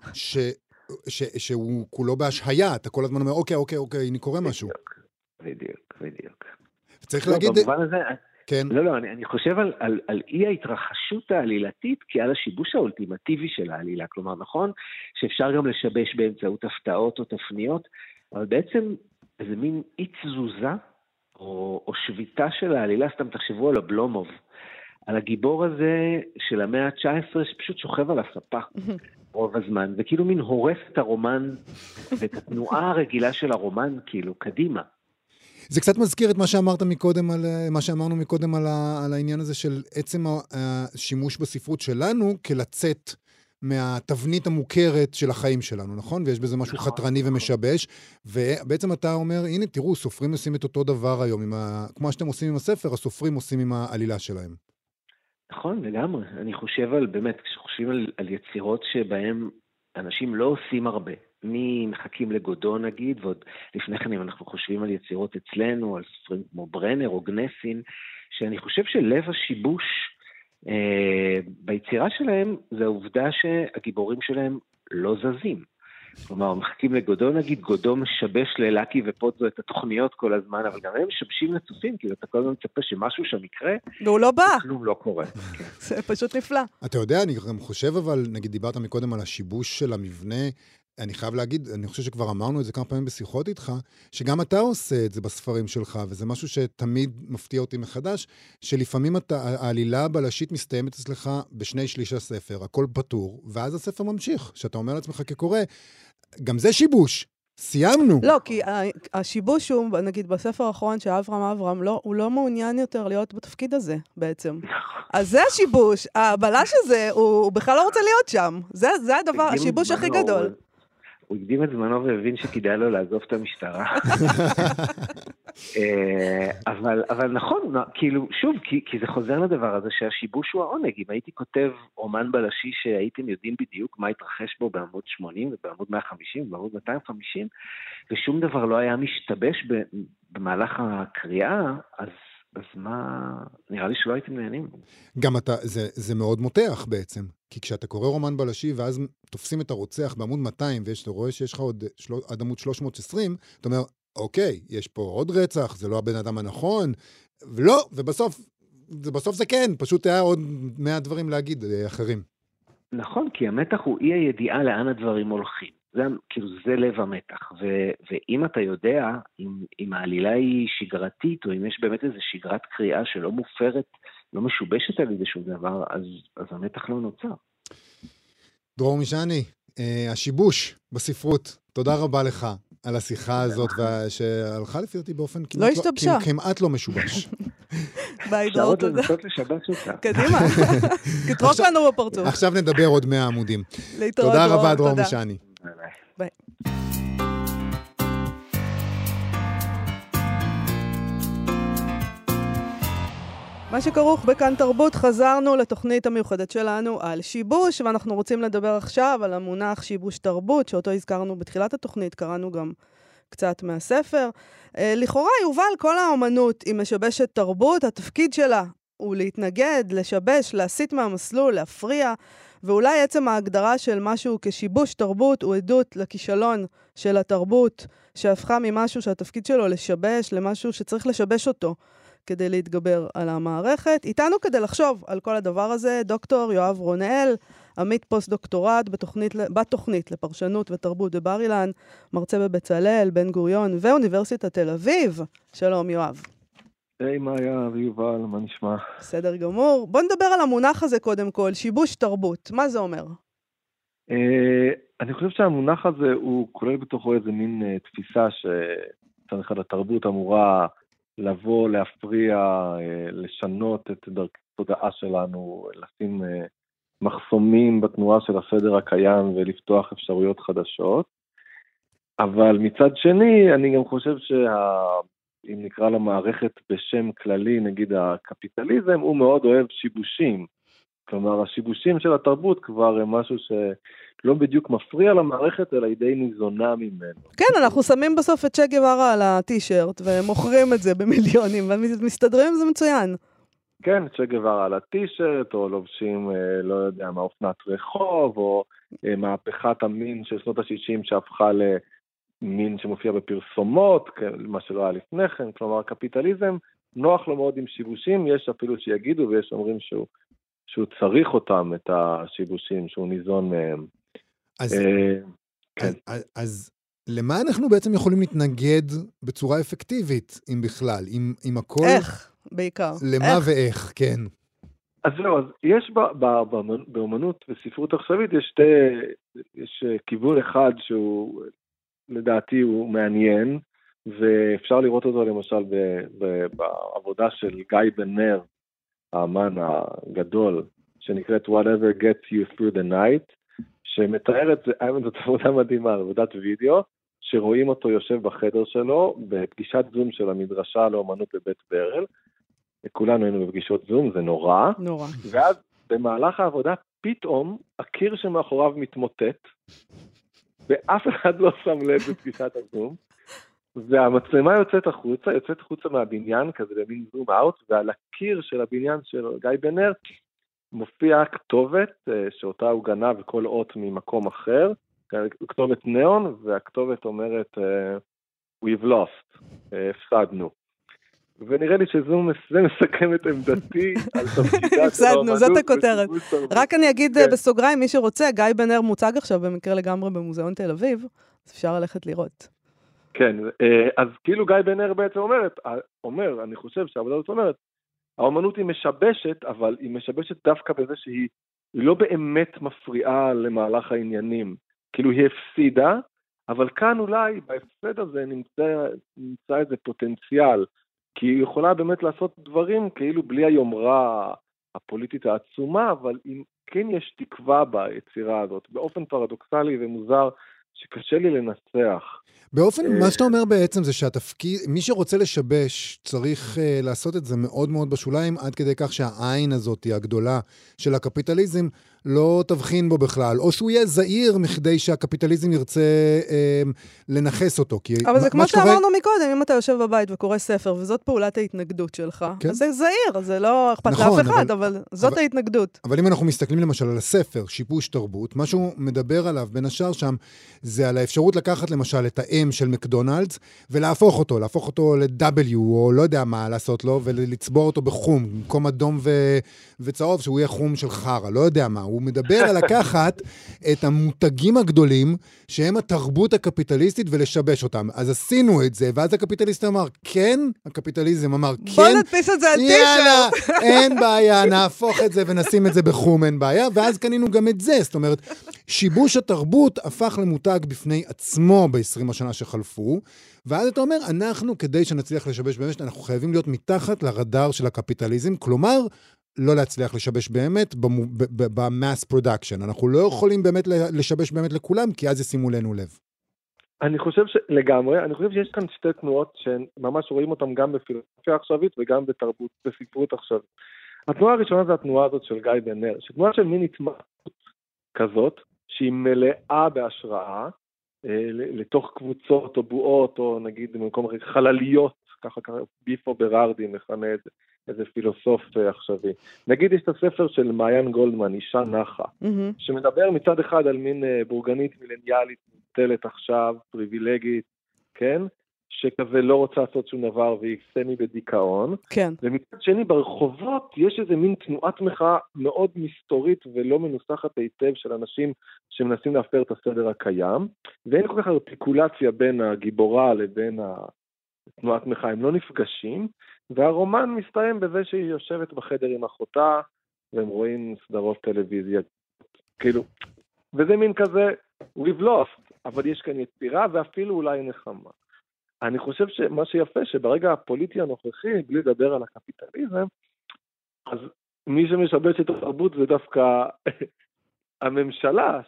שהוא כולו בהשהיה, אתה כל הזמן אומר, אוקיי, אוקיי, אוקיי, אני קורא משהו. בדיוק, בדיוק. צריך להגיד... במובן הזה... כן. לא, לא, אני, אני חושב על, על, על אי ההתרחשות העלילתית, כי על השיבוש האולטימטיבי של העלילה. כלומר, נכון שאפשר גם לשבש באמצעות הפתעות או תפניות, אבל בעצם איזה מין אי תזוזה, או, או שביטה של העלילה, סתם תחשבו על הבלומוב, על הגיבור הזה של המאה ה-תשע עשרה, שפשוט שוכב על הספה רוב הזמן, וכאילו מין הורס את הרומן, ואת התנועה הרגילה של הרומן, כאילו, קדימה. זה קצת מזכיר את מה שאמרת מקודם, על, מה שאמרנו מקודם על, ה, על העניין הזה של עצם השימוש בספרות שלנו, כלצאת מהתבנית המוכרת של החיים שלנו, נכון? ויש בזה משהו נכון, חתרני נכון. ומשבש, ובעצם אתה אומר, הנה, תראו, סופרים עושים את אותו דבר היום, עם ה... כמו שאתם עושים עם הספר, הסופרים עושים עם העלילה שלהם. נכון, לגמרי. אני חושב על, באמת, כשחושבים על, על יצירות שבהם אנשים לא עושים הרבה, מי מחכים לגודו נגיד, ועוד לפני כן אם אנחנו חושבים על יצירות אצלנו, על סופרים כמו ברנר או גנסין, שאני חושב שלב השיבוש Uh, ביצירה שלהם זה העובדה שהגיבורים שלהם לא זזים. כלומר, מחכים לגודו, נגיד, גודו משבש ללקי ופוטזו את התוכניות כל הזמן, אבל גם הם משבשים לצופים, כי אתה כל הזמן מצפה שמשהו שם יקרה, והוא לא בא. כלום לא קורה. זה פשוט נפלא. אתה יודע, אני גם חושב, אבל נגיד דיברת מקודם על השיבוש של המבנה, אני חייב להגיד, אני חושב שכבר אמרנו את זה כמה פעמים בשיחות איתך, שגם אתה עושה את זה בספרים שלך, וזה משהו שתמיד מפתיע אותי מחדש, שלפעמים אתה, העלילה הבלשית מסתיימת אצלך בשני שליש הספר, הכל פתור, ואז הספר ממשיך, שאתה אומר לעצמך כקורא, גם זה שיבוש, סיימנו. לא, כי השיבוש הוא, נגיד בספר האחרון שאברהם אברהם, לא, הוא לא מעוניין יותר להיות בתפקיד הזה בעצם. אז זה השיבוש, הבלש הזה, הוא בכלל לא רוצה להיות שם. זה, זה הדבר, השיבוש הכי גדול. הוא הקדים את זמנו והבין שכדאי לו לעזוב את המשטרה. אבל, אבל נכון, כאילו, שוב, כי, כי זה חוזר לדבר הזה שהשיבוש הוא העונג. אם הייתי כותב רומן בלשי שהייתם יודעים בדיוק מה התרחש בו בעמוד שמונים ובעמוד מאה וחמישים ובעמוד מאתיים וחמישים, ושום דבר לא היה משתבש במהלך הקריאה, אז... אז מה, נראה לי שלא הייתם נהנים. גם אתה, זה, זה מאוד מותח בעצם, כי כשאתה קורא רומן בלשי, ואז תופסים את הרוצח בעמוד מאתיים, ואתה רואה שיש לך עוד של... עד עמוד שלוש מאות ועשרים, אתה אומר, אוקיי, יש פה עוד רצח, זה לא הבן אדם הנכון, ולא, ובסוף, בסוף זה כן, פשוט היה עוד מאה דברים להגיד אחרים. נכון, כי המתח הוא אי הידיעה לאן הדברים הולכים. זה, כאילו, זה לב המתח. ו, ואם אתה יודע, אם, אם העלילה היא שגרתית, או אם יש באמת איזו שגרת קריאה שלא מופרת, לא משובשת על איזה שום דבר, אז, אז המתח לא נוצר. דרור משעני, השיבוש בספרות, תודה רבה לך על השיחה הזאת, שהלכה לפי אותי באופן לא השתבשה. כמעט לא משובש. ביי דרור, תודה. אפשר עוד לנסות לשבש אותה. קדימה, תתרוק לנו בפרצוף. עכשיו נדבר עוד מאה עמודים. להתראות תודה דרור, רבה דרור תודה. משעני. ביי ביי. ביי. מה שכרוך בכאן תרבות, חזרנו לתוכנית המיוחדת שלנו על שיבוש, ואנחנו רוצים לדבר עכשיו על המונח שיבוש תרבות, שאותו הזכרנו בתחילת התוכנית, קראנו גם קצת מהספר. לכאורה, יובל, כל האומנות היא משבשת תרבות, התפקיד שלה הוא להתנגד, לשבש, להסיט מהמסלול, להפריע, ואולי עצם ההגדרה של משהו כשיבוש תרבות הוא עדות לכישלון של התרבות, שהפכה ממשהו שהתפקיד שלו לשבש, למשהו שצריך לשבש אותו. כדי להתגבר על המערכת. איתנו כדי לחשוב על כל הדבר הזה, דוקטור יואב רונאל, עמית פוסט-דוקטורט בתוכנית, בתוכנית לפרשנות ותרבות בבר אילן, מרצה בבצלאל, בן גוריון ואוניברסיטת תל אביב. שלום יואב. היי, מאיה ויובל, מה נשמע? בסדר גמור. בוא נדבר על המונח הזה קודם כל, שיבוש תרבות. מה זה אומר? אני חושב שהמונח הזה הוא כולל בתוכו איזה מין תפיסה שצריך על התרבות אמורה לבוא, להפריע, לשנות את דרכי התודעה שלנו, לשים מחסומים בתנועה של הסדר הקיים ולפתוח אפשרויות חדשות. אבל מצד שני, אני גם חושב שאם נקרא למערכת בשם כללי, נגיד הקפיטליזם, הוא מאוד אוהב שיבושים. כלומר, השיבושים של התרבות כבר הם משהו שלא בדיוק מפריע למערכת, אלא היא די ניזונה ממנו. כן, אנחנו שמים בסוף את צ'ה גווארה על הטי-שירט, ומוכרים את זה במיליונים, ומסתדרים עם זה מצוין. כן, צ'ה גווארה על הטי-שירט, או לובשים, לא יודע, מאופנת רחוב, או מהפכת המין של שנות ה-שישים שהפכה למין שמופיע בפרסומות, מה שלא היה לפני כן. כלומר, הקפיטליזם נוח לו מאוד עם שיבושים, יש אפילו שיגידו ויש אומרים שהוא שהוא צריך אותם, את השיבושים, שהוא ניזון מהם. אז, אז, אז, אז למה אנחנו בעצם יכולים להתנגד בצורה אפקטיבית, אם בכלל? עם, עם הכל? איך, בעיקר. למה איך? ואיך, כן. אז לא, אז יש ב, ב, ב, באמנות וספרות עכשווית, יש, שתי, יש כיוון אחד שהוא, לדעתי, הוא מעניין, ואפשר לראות אותו למשל ב, ב, בעבודה של גיא בן-נר, האמן הגדול, שנקראת Whatever Gets You Through the Night, שמתאר את זה, זאת עבודה מדהימה, עבודת וידאו, שרואים אותו יושב בחדר שלו, בפגישת זום של המדרשה לאומנות בבית ברל, וכולנו היינו בפגישות זום, זה נורא. נורא. ואז במהלך העבודה, פתאום הקיר שמאחוריו מתמוטט, ואף אחד לא שם לב בפגישת הזום, והמצלמה יוצאת החוצה, יוצאת החוצה מהבניין, כזה במין זום אאוט, ועל הקיר של הבניין של גיא בן-נר, מופיעה כתובת שאותה הוא גנב וכל אות ממקום אחר, כתובת ניאון, והכתובת אומרת, we've lost, הפסדנו. ונראה לי שזה מסכם את עמדתי על תפקידה של הפסדנו, זאת הכותרת. רק אני אגיד בסוגריים, מי שרוצה, גיא בן-נר מוצג עכשיו במקרה לגמרי במוזיאון תל אביב, אז אפשר ללכת לראות. כן, אז כאילו גיא בן-נר בעצם אומרת, אומר, אני חושב שהעבודה הזאת אומרת, האומנות היא משבשת, אבל היא משבשת דווקא בזה שהיא לא באמת מפריעה למהלך העניינים. כאילו היא הפסידה, אבל כאן אולי בהפסד הזה נמצא, נמצא איזה פוטנציאל, כי היא יכולה באמת לעשות דברים כאילו בלי היומרה הפוליטית העצומה, אבל אם כן יש תקווה ביצירה הזאת, באופן פרדוקסלי ומוזר, שקשה לי לנסח. באופן, מה שאתה אומר בעצם זה שהתפקיד, מי שרוצה לשבש צריך uh, לעשות את זה מאוד מאוד בשוליים, עד כדי כך שהעין הזאת הגדולה של הקפיטליזם לא תבחין בו בכלל, או שהוא יהיה זהיר מכדי שהקפיטליזם ירצה uh, לנחס אותו. כי אבל זה כמו שקורה... שאמרנו מקודם, אם אתה יושב בבית וקורא ספר, וזאת פעולת ההתנגדות שלך, כן? אז זה זהיר, זה לא אכפת נכון, לאף אחד, אבל, אבל זאת אבל, ההתנגדות. אבל אם אנחנו מסתכלים למשל על הספר, שיבוש תרבות, מה שהוא מדבר עליו בין השאר שם, זה על האפשרות לקחת למשל את ה-M של מקדונלדס, ולהפוך אותו, להפוך אותו ל-W, או לא יודע מה לעשות לו, ולצבור אותו בחום, במקום אדום ו... וצהוב, שהוא יהיה חום של חרה, לא יודע מה. הוא מדבר על לקחת את המותגים הגדולים, שהם התרבות הקפיטליסטית, ולשבש אותם. אז עשינו את זה, ואז הקפיטליסט אמר, כן, הקפיטליזם אמר, כן. בוא נדפיס את זה על טישרט. אין בעיה, נהפוך את זה ונשים את זה בחום, אין בעיה, ואז קנינו גם את זה. זאת אומרת, שיבוש התרבות הפך למותג בפני עצמו ב-עשרים השנה שחלפו, ואז אתה אומר, אנחנו, כדי שנצליח לשבש באמת, אנחנו חייבים להיות מתחת לרדאר של הקפיטליזם, כלומר, לא להצליח לשבש באמת במאס פרודקשן. אנחנו לא יכולים באמת לשבש באמת לכולם, כי אז ישימו לנו לב. אני חושב שלגמרי, אני חושב שיש כאן שתי תנועות שממש רואים אותן גם בפילוסופיה עכשווית וגם בתרבות, בספרות עכשווית. התנועה הראשונה זה התנועה הזאת של גיא בן-נר, שתנועה של מין התמחות כזאת, שהיא מלאה בהשראה, לתוך קבוצות או בועות, או נגיד במקום חלליות, ככה ביפו ברארדי מכנה את זה, איזה פילוסוף עכשווי. נגיד יש את הספר של מעיין גולדמן, אישה נחה, mm-hmm. שמדבר מצד אחד על מין בורגנית מילניאלית, מוטלת עכשיו, פריבילגית, כן? שכזה לא רוצה לעשות שום דבר והיא סמי בדיכאון. כן. ומצד שני ברחובות יש איזה מין תנועת מחאה מאוד מסתורית ולא מנוסחת היטב של אנשים שמנסים להפר את הסדר הקיים, ואין כל כך ארטיקולציה בין הגיבורה לבין התנועת מחאה, הם לא נפגשים, והרומן מסתיים בזה שהיא יושבת בחדר עם אחותה, והם רואים סדרות טלוויזיה, כאילו, וזה מין כזה, we've lost, אבל יש כאן יצירה ואפילו אולי נחמה. אני חושב שמה שיפה, שברגע הפוליטי הנוכחי, בלי לדבר על הקפיטליזם, אז מי שמשבש את התרבות זה דווקא הממשלה,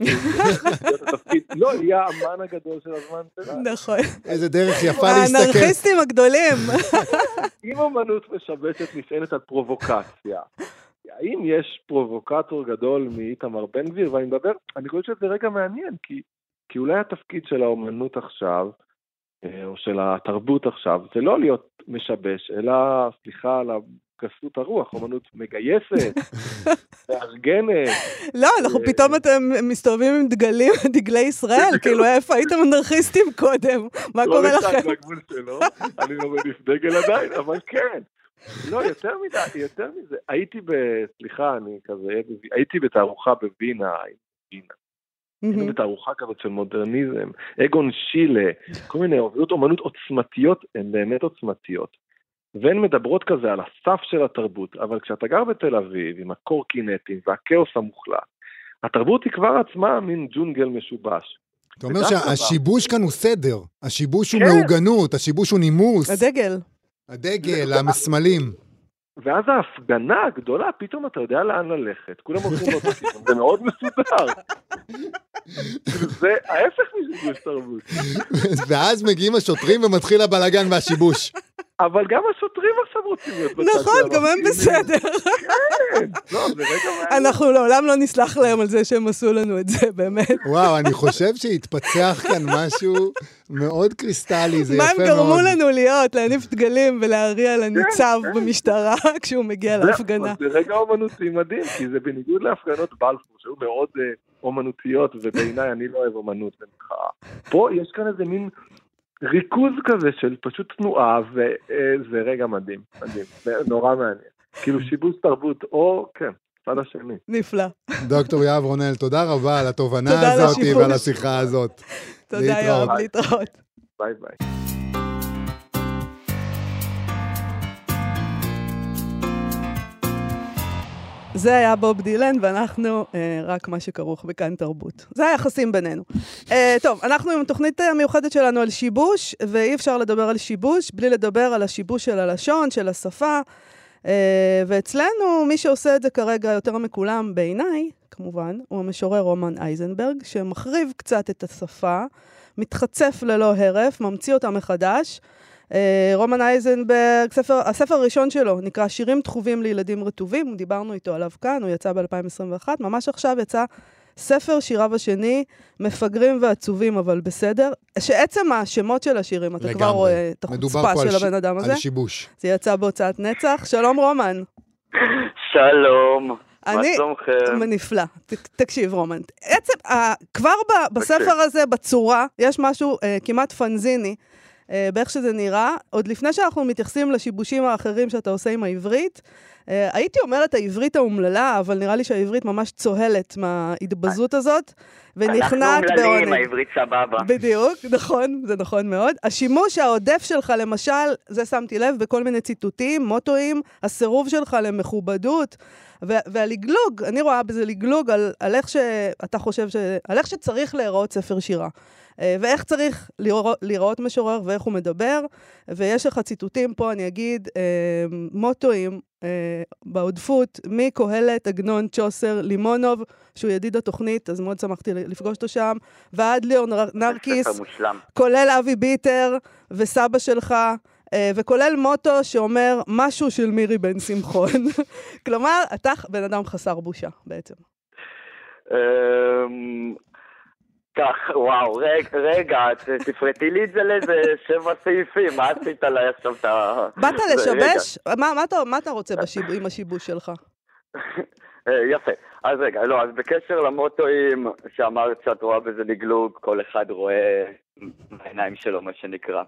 לא, היא האמן הגדול של הזמן שלה. נכון. איזה דרך יפה להסתכל. האנרכיסטים הגדולים. אם אומנות משבשת נשענת על פרובוקציה, האם יש פרובוקטור גדול מאיתמר בן גביר, ואני מדבר, אני חושב שזה רגע מעניין, כי, כי אולי התפקיד של האומנות עכשיו, או של התרבות עכשיו, זה לא להיות משבש, אלא, סליחה על גסות הרוח, אומנות מגייסת, מארגנת. לא, אנחנו פתאום אתם מסתובבים עם דגלים, דגלי ישראל, כאילו איפה הייתם אנרכיסטים קודם, מה קורה לכם? לא נצטרך לגבול שלו, אני לא מניף דגל עדיין, אבל כן. לא, יותר מדי, יותר מזה. הייתי ב... סליחה, אני כזה... הייתי בתערוכה בווינה, וינה. הייתי בתערוכה כזאת של מודרניזם, אגון שילה, כל מיני עובדות אומנות עוצמתיות, הן באמת עוצמתיות. והן מדברות כזה על הסף של התרבות, אבל כשאתה גר בתל אביב, עם הקורקינטים והכאוס המוחלט, התרבות היא כבר עצמה מין ג'ונגל משובש. אתה אומר שהשיבוש כאן הוא סדר, השיבוש הוא מעוגנות, השיבוש הוא נימוס. הדגל. הדגל, המסמלים. ואז ההפגנה הגדולה, פתאום אתה יודע לאן ללכת. כולם הולכים לאותו כיוון, זה מאוד מסודר. זה ההפך משיבוש תרבות. ואז מגיעים השוטרים ומתחיל הבלגן והשיבוש. אבל גם השוטרים עכשיו רוצים להיות בצד. נכון, גם הם בסדר. כן, לא, זה רגע מעניין. אנחנו לעולם לא נסלח להם על זה שהם עשו לנו את זה, באמת. וואו, אני חושב שהתפצח כאן משהו מאוד קריסטלי, זה יפה מאוד. מה הם גרמו לנו להיות, להניף דגלים ולהריע לניצב במשטרה כשהוא מגיע להפגנה. זה רגע אומנותי מדהים, כי זה בניגוד להפגנות בלפור, שהיו מאוד אומנותיות, ובעיניי אני לא אוהב אומנות ומחאה. פה יש כאן איזה מין ריכוז כזה של פשוט תנועה, וזה רגע מדהים, מדהים, נורא מעניין. כאילו שיבוש תרבות, או כן, צד השני. נפלא. דוקטור יהב רונל, תודה רבה על התובנה הזאת ועל השיחה הזאת. תודה יהב, להתראות. ביי ביי. זה היה בוב דילן, ואנחנו אה, רק מה שכרוך בכאן תרבות. זה היחסים בינינו. אה, טוב, אנחנו עם התוכנית המיוחדת שלנו על שיבוש, ואי אפשר לדבר על שיבוש בלי לדבר על השיבוש של הלשון, של השפה, אה, ואצלנו מי שעושה את זה כרגע יותר מכולם בעיניי, כמובן, הוא המשורר רומן אייזנברג, שמחריב קצת את השפה, מתחצף ללא הרף, ממציא אותה מחדש, רומן אייזנברג, ספר, הספר הראשון שלו נקרא שירים תחובים לילדים רטובים, דיברנו איתו עליו כאן, הוא יצא ב-אלפיים עשרים ואחת, ממש עכשיו יצא ספר שיריו השני, מפגרים ועצובים אבל בסדר, שעצם השמות של השירים, אתה כבר רואה את החוצפה של הבן אדם הזה. מדובר פה על שיבוש. זה יצא בהוצאת נצח. שלום רומן. שלום. אני, נפלא, תקשיב רומן, עצם, כבר בספר הזה, בצורה, יש משהו כמעט פנזיני, באיך שזה נראה. עוד לפני שאנחנו מתייחסים לשיבושים האחרים שאתה עושה עם העברית, הייתי אומרת העברית האומללה, אבל נראה לי שהעברית ממש צוהלת מההתבזות הזאת, ונכנעת בעונג. אנחנו אומללים, העברית סבבה. בדיוק, נכון, זה נכון מאוד. השימוש העודף שלך, למשל, זה שמתי לב בכל מיני ציטוטים, מוטואים, הסירוב שלך למכובדות, והלגלוג, אני רואה בזה לגלוג על, על איך שאתה חושב, ש... על איך שצריך להיראות ספר שירה. ואיך צריך לראות, לראות משורר ואיך הוא מדבר, ויש לך ציטוטים פה, אני אגיד, מוטואים בעודפות, מקהלת, עגנון, צ'וסר, לימונוב, שהוא ידיד התוכנית, אז מאוד שמחתי לפגוש אותו שם, ועד ליאור נרקיס, כולל אבי ביטר וסבא שלך, וכולל מוטו שאומר משהו של מירי בן שמחון. כלומר, אתה בן אדם חסר בושה בעצם. כך, וואו, רגע, תפרטי לי את זה לאיזה שבע סעיפים, מה עשית לי עכשיו את ה... באת לשבש? מה אתה רוצה עם השיבוש שלך? יפה, אז רגע, לא, אז בקשר למוטואים שאמרת שאת רואה בזה לגלוג, כל אחד רואה בעיניים שלו, מה שנקרא.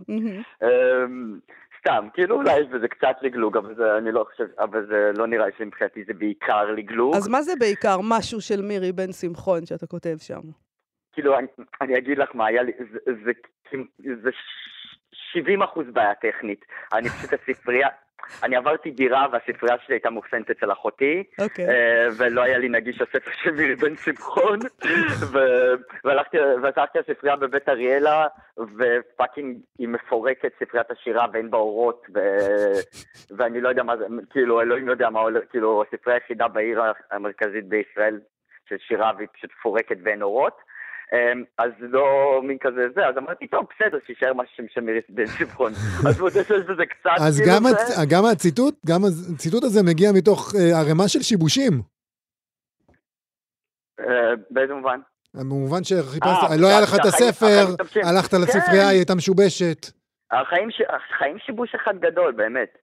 סתם, כאילו אולי יש בזה קצת לגלוג, אבל זה, אני לא חושב, אבל זה לא נראה שמבחינתי זה בעיקר לגלוג. אז מה זה בעיקר משהו של מירי בן שמחון שאתה כותב שם? כאילו, אני, אני אגיד לך מה, היה לי, זה, זה, זה שבעים אחוז בעיה טכנית. אני פשוט הספרייה, אני עברתי דירה והספרייה שלי הייתה מוכסנת אצל אחותי, okay. ולא היה לי נגיש הספר של מירי בן שמחון, והלכתי, ועזרתי הספרייה בבית אריאלה, ופאקינג היא מפורקת ספריית השירה ואין בה אורות, ו... ואני לא יודע מה זה, כאילו, אלוהים יודע מה, כאילו, הספרייה היחידה בעיר המרכזית בישראל של שירה, והיא פשוט פורקת ואין אורות, אז לא מין כזה זה, אז אמרתי, טוב, בסדר, שישאר משהו של מירי בן שמחון. אז מודה שיש בזה קצת. אז גם הציטוט, גם הציטוט הזה מגיע מתוך הרמה של שיבושים. באיזה מובן? במובן שחיפשת, לא היה לך את הספר, הלכת לספרייה, היא הייתה משובשת. החיים שיבוש אחד גדול, באמת.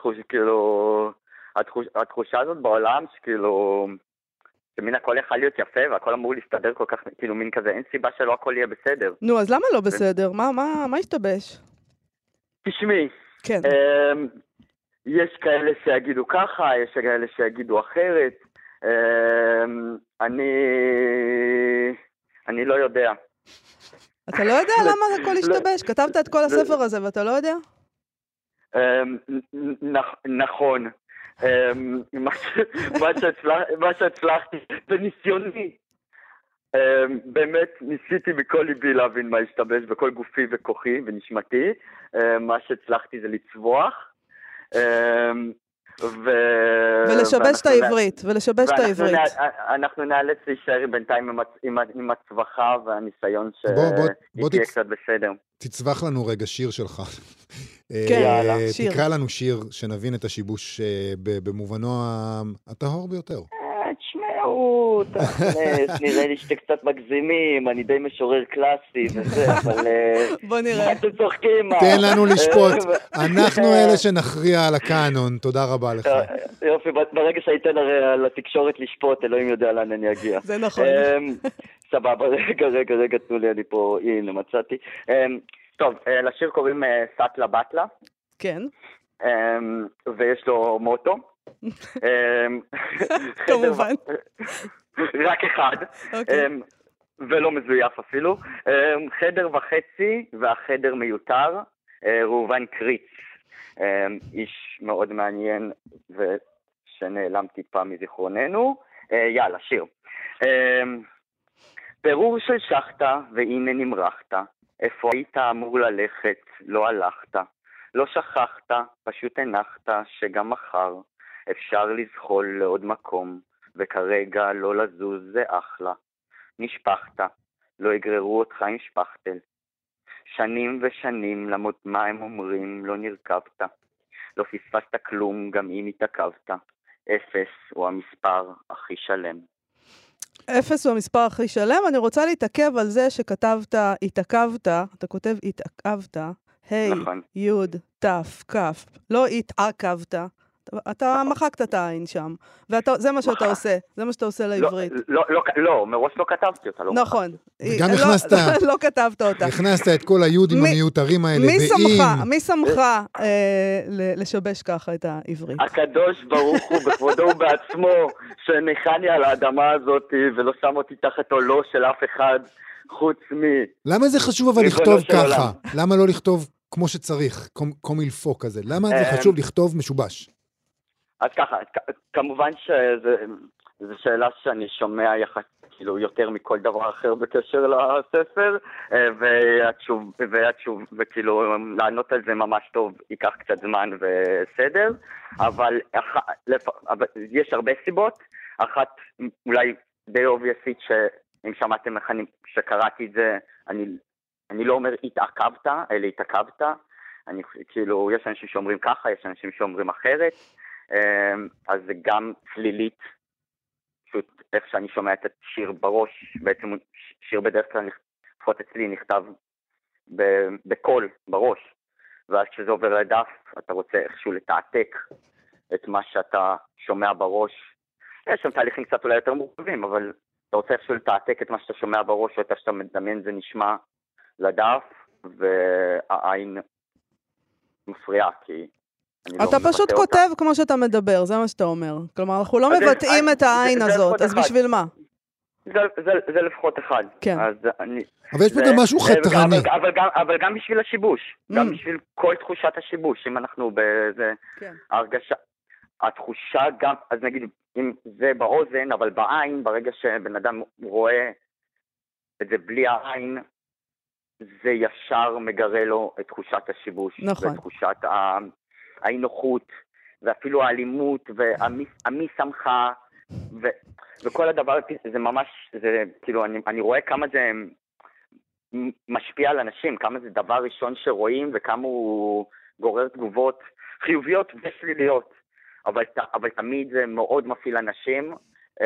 התחושה הזאת בעולם, שכאילו... שמין הכל יכול להיות יפה, והכל אמור להסתדר כל כך, כאילו מין כזה, אין סיבה שלא הכל יהיה בסדר. נו, אז למה לא בסדר? מה, מה, מה השתבש? תשמעי. כן. יש כאלה שיגידו ככה, יש כאלה שיגידו אחרת. אני... אני לא יודע. אתה לא יודע למה הכל השתבש? כתבת את כל הספר הזה ואתה לא יודע? נכון. מה שהצלחתי בניסיוני, באמת ניסיתי בכל ליבי להבין מה השתבש בכל גופי וכוחי ונשמתי, מה שהצלחתי זה לצבוח ולשבש את העברית, ולשבש את העברית. אנחנו נאלץ להישאר בינתיים עם הצווחה והניסיון שיהיה קצת בסדר. תצווח לנו רגע שיר שלך. כן, שיר. תקרא לנו שיר שנבין את השיבוש במובנו הטהור ביותר. תשמעו, נראה לי שאתם קצת מגזימים, אני די משורר קלאסי וזה, אבל... בוא נראה. אתם צוחקים, מה? תן לנו לשפוט. אנחנו אלה שנכריע על הקאנון, תודה רבה לך. יופי, ברגע שהייתן לתקשורת לשפוט, אלוהים יודע לאן אני אגיע. זה נכון. סבבה, רגע, רגע, רגע, תנו לי, אני פה, הנה, מצאתי. טוב, לשיר קוראים סטלה בטלה. כן. ויש לו מוטו. כמובן. רק אחד. ולא מזויף אפילו. חדר וחצי והחדר מיותר. ראובן קריץ. איש מאוד מעניין ושנעלם טיפה מזיכרוננו. יאללה, שיר. פירור של שחטה והנה נמרחת. איפה היית אמור ללכת, לא הלכת. לא שכחת, פשוט הנחת שגם מחר אפשר לזחול לעוד מקום, וכרגע לא לזוז זה אחלה. נשפחת, לא יגררו אותך עם שפחתל. שנים ושנים למות מה הם אומרים, לא נרכבת. לא פספסת כלום גם אם התעכבת. אפס הוא המספר הכי שלם. אפס הוא המספר הכי שלם. אני רוצה להתעכב על זה שכתבת, התעכבת, אתה כותב התעכבת, היי, יוד, תף, כף, לא התעכבת, אתה מחקת את העין שם, וזה מה שאתה עושה, זה מה שאתה עושה לעברית. לא, מראש לא כתבתי אותה. נכון. וגם הכנסת... לא כתבת אותה. הכנסת את כל היהודים המיותרים האלה, באם. מי שמך לשבש ככה את העברית? הקדוש ברוך הוא בכבודו ובעצמו, שניחני על האדמה הזאת, ולא שם אותי תחת עולו של אף אחד, חוץ מ... למה זה חשוב אבל לכתוב ככה? למה לא לכתוב כמו שצריך, קומילפו כזה? למה זה חשוב לכתוב משובש? אז ככה, כמובן שזו שאלה שאני שומע יחד, כאילו יותר מכל דבר אחר בקשר לספר, והתשוב, והתשוב, וכאילו לענות על זה ממש טוב ייקח קצת זמן וסדר, אבל, אבל יש הרבה סיבות, אחת אולי די אובייסית שאם שמעתם איך אני, שקראתי את זה, אני, אני לא אומר התעכבת, אלא התעכבת, אני, כאילו יש אנשים שאומרים ככה, יש אנשים שאומרים אחרת, אז זה גם צלילית, פשוט איך שאני שומע את השיר בראש, בעצם שיר בדרך כלל, לפחות אצלי, נכתב בקול, בראש, ואז כשזה עובר לדף, אתה רוצה איכשהו לתעתק את מה שאתה שומע בראש. יש שם תהליכים קצת אולי יותר מורכבים, אבל אתה רוצה איכשהו לתעתק את מה שאתה שומע בראש, או את שאתה מדמיין זה נשמע לדף, והעין מפריעה, כי... אתה פשוט כותב כמו שאתה מדבר, זה מה שאתה אומר. כלומר, אנחנו לא מבטאים את העין הזאת, אז בשביל מה? זה לפחות אחד. כן. אבל יש פה גם משהו חתרני. אבל גם בשביל השיבוש, גם בשביל כל תחושת השיבוש, אם אנחנו באיזה הרגשה, התחושה גם, אז נגיד, אם זה באוזן, אבל בעין, ברגע שבן אדם רואה את זה בלי העין, זה ישר מגרה לו את תחושת השיבוש. נכון. ותחושת ה... האינוחות, ואפילו האלימות, והמי שמחה, ו, וכל הדבר, זה ממש, זה, כאילו, אני, אני רואה כמה זה משפיע על אנשים, כמה זה דבר ראשון שרואים, וכמה הוא גורר תגובות חיוביות ושליליות, אבל, אבל תמיד זה מאוד מפעיל אנשים,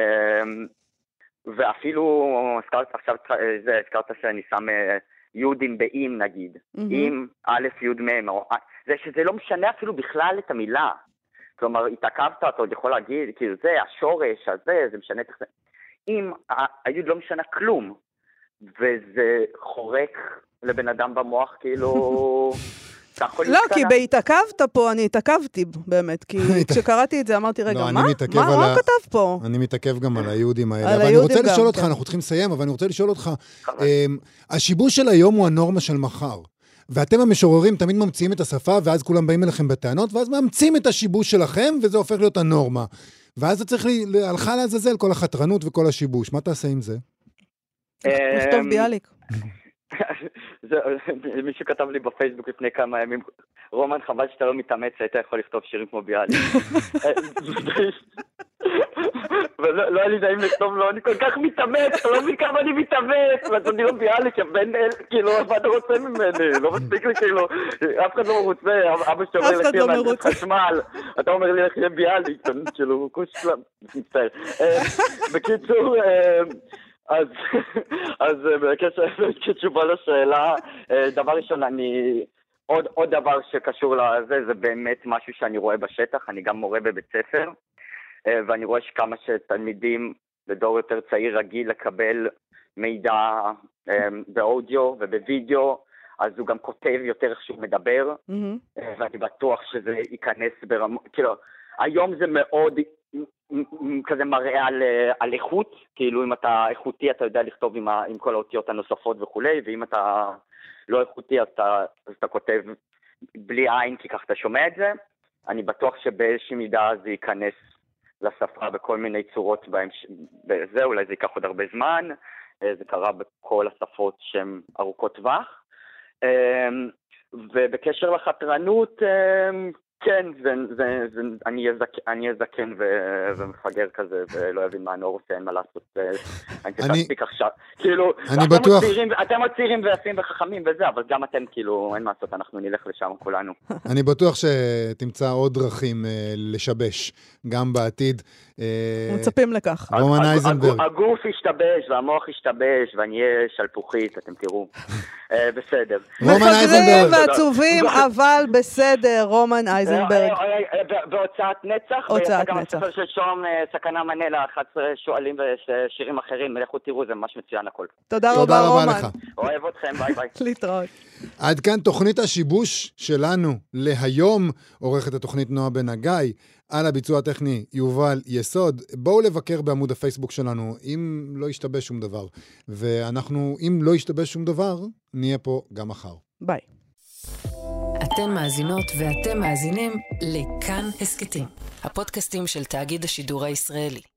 ואפילו, הזכרת, עכשיו, זה, הזכרת שאני שם יהודים באים, נגיד, אם א' י' מ', זה שזה לא משנה אפילו בכלל את המילה. כלומר, התעכבת, אתה עוד יכול להגיד, כאילו זה, השורש, הזה, זה משנה את זה. אם היוד לא משנה כלום, וזה חורק לבן אדם במוח, כאילו... לא, כי בהתעכבת פה, אני התעכבתי באמת, כי כשקראתי את זה אמרתי, רגע, מה? מה הוא כתב פה? אני מתעכב גם על היהודים האלה, אבל אני רוצה לשאול אותך, אנחנו צריכים לסיים, אבל אני רוצה לשאול אותך, השיבוש של היום הוא הנורמה של מחר. ואתם המשוררים תמיד ממציאים את השפה, ואז כולם באים אליכם בטענות, ואז מאמצים את השיבוש שלכם, וזה הופך להיות הנורמה. ואז זה צריך להלכה לעזאזל כל החתרנות וכל השיבוש. מה תעשה עם זה? לכתוב ביאליק. מישהו כתב לי בפייסבוק לפני כמה ימים, רומן, חבל שאתה לא מתאמץ, היית יכול לכתוב שירים כמו ביאליק. ולא היה לי נעים לכתוב לו, אני כל כך מתאמץ, אתה לא מבין כמה אני מתאמץ, ואתה אני לא ביאליק, כאילו, מה אתה רוצה ממני? לא מספיק לי, כאילו, אף אחד לא מרוצה, אבא שאומר לי, לכי מהנדס חשמל, אתה אומר לי, לכי ביאליק, כאילו, כוש שלם, מצטער. בקיצור, אז, אז בקשר, כתשובה לשאלה, דבר ראשון, אני, עוד, עוד דבר שקשור לזה, זה באמת משהו שאני רואה בשטח, אני גם מורה בבית ספר, ואני רואה שכמה שתלמידים בדור יותר צעיר רגיל לקבל מידע באודיו ובווידאו, אז הוא גם כותב יותר איך שהוא מדבר, mm-hmm. ואני בטוח שזה ייכנס ברמות, כאילו, היום זה מאוד כזה מראה על, על איכות, כאילו אם אתה איכותי אתה יודע לכתוב עם, ה, עם כל האותיות הנוספות וכולי, ואם אתה לא איכותי אז אתה, אז אתה כותב בלי עין, כי כך אתה שומע את זה. אני בטוח שבאיזושהי מידה זה ייכנס לשפה בכל מיני צורות בזה, אולי זה ייקח עוד הרבה זמן, זה קרה בכל השפות שהן ארוכות טווח. ובקשר לחתרנות, כן, זה, זה, זה, אני אהיה זקן ומפגר כזה, ולא יבין מה הנור עושה, אין מה לעשות, אני צריך להספיק עכשיו. כאילו, אתם הצעירים ויפים וחכמים וזה, אבל גם אתם, כאילו, אין מה לעשות, אנחנו נלך לשם כולנו. אני בטוח שתמצא עוד דרכים לשבש, גם בעתיד. מצפים לכך. רומן אייזנברג. הגוף ישתבש, והמוח ישתבש, ואני אהיה שלפוחית, אתם תראו. בסדר. מפגרים ועצובים, אבל בסדר, רומן אייזנברג. אייזנברג. בהוצאת נצח. הוצאת וגם נצח. הספר של שום סכנה מנלה, אחד עשרה שואלים ושירים אחרים, לכו תראו, זה ממש מצוין הכל. תודה תודה רבה, רבה רומן. לך. אוהב אתכם, ביי ביי. להתראות. עד כאן תוכנית השיבוש שלנו להיום, עורכת התוכנית נועה בן הגיא, על הביצוע הטכני יובל יסוד. בואו לבקר בעמוד הפייסבוק שלנו, אם לא ישתבש שום דבר. ואנחנו, אם לא ישתבש שום דבר, נהיה פה גם מחר. ביי. אתן מאזינות ואתם מאזינים לכאן הסקטים, הפודקאסטים של תאגיד השידור הישראלי.